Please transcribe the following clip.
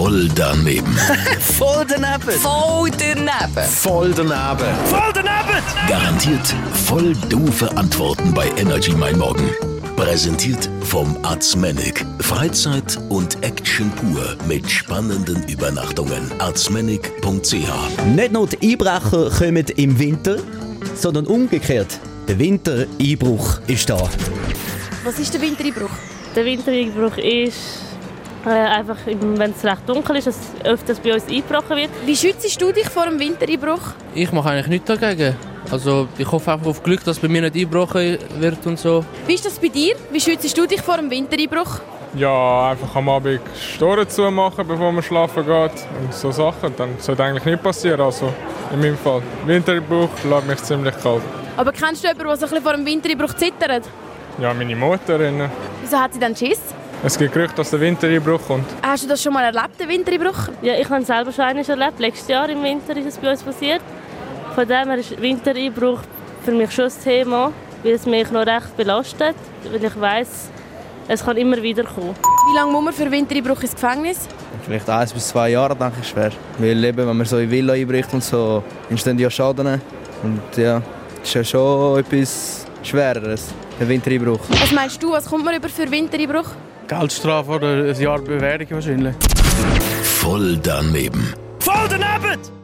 Voll daneben. Voll daneben. Voll daneben. Voll daneben. Voll daneben! Garantiert voll doofe Antworten bei Energy Mein Morgen. Präsentiert vom Arzmenig. Freizeit und Action pur mit spannenden Übernachtungen. arzmenig.ch. Nicht nur die Einbrecher kommen im Winter, sondern umgekehrt. Der Wintereinbruch ist da. Was ist der Wintereinbruch? Der Wintereinbruch ist einfach, wenn es recht dunkel ist, dass öfters bei uns eingebrochen wird. Wie schützt du dich vor dem Wintereinbruch? Ich mache eigentlich nichts dagegen. Also ich hoffe einfach auf Glück, dass bei mir nicht eingebrochen wird und so. Wie ist das bei dir? Wie schützt du dich vor dem Wintereinbruch? Ja, einfach am Abend die Tore zumachen, bevor man schlafen geht und so Sachen. Dann sollte eigentlich nicht passieren, also in meinem Fall. Wintereinbruch lässt mich ziemlich kalt. Aber kennst du jemanden, der so ein bisschen vor dem Wintereinbruch zittert? Ja, meine Mutter. Wieso hat sie dann Schiss? Es gibt Gerüchte, dass der Wintereinbruch kommt. Hast du das schon mal erlebt, den Wintereinbruch? Ja, ich habe es selber schon einmal erlebt. Letztes Jahr im Winter ist es bei uns passiert. Von dem her ist Wintereinbruch für mich schon ein Thema, weil es mich noch recht belastet, weil ich weiss, es kann immer wieder kommen. Wie lange muss man für Wintereinbruch ins Gefängnis? Vielleicht 1 bis 2 Jahre, denke ich, schwer. Weil eben, wenn man so in Villa einbricht und so, entstehen ja Schaden. Und ja, das ist ja schon etwas Schwereres, der Wintereinbruch. Was meinst du, was kommt man über für Wintereinbruch? Geldstrafe oder ein Jahr Bewährung wahrscheinlich. Voll daneben. Voll daneben!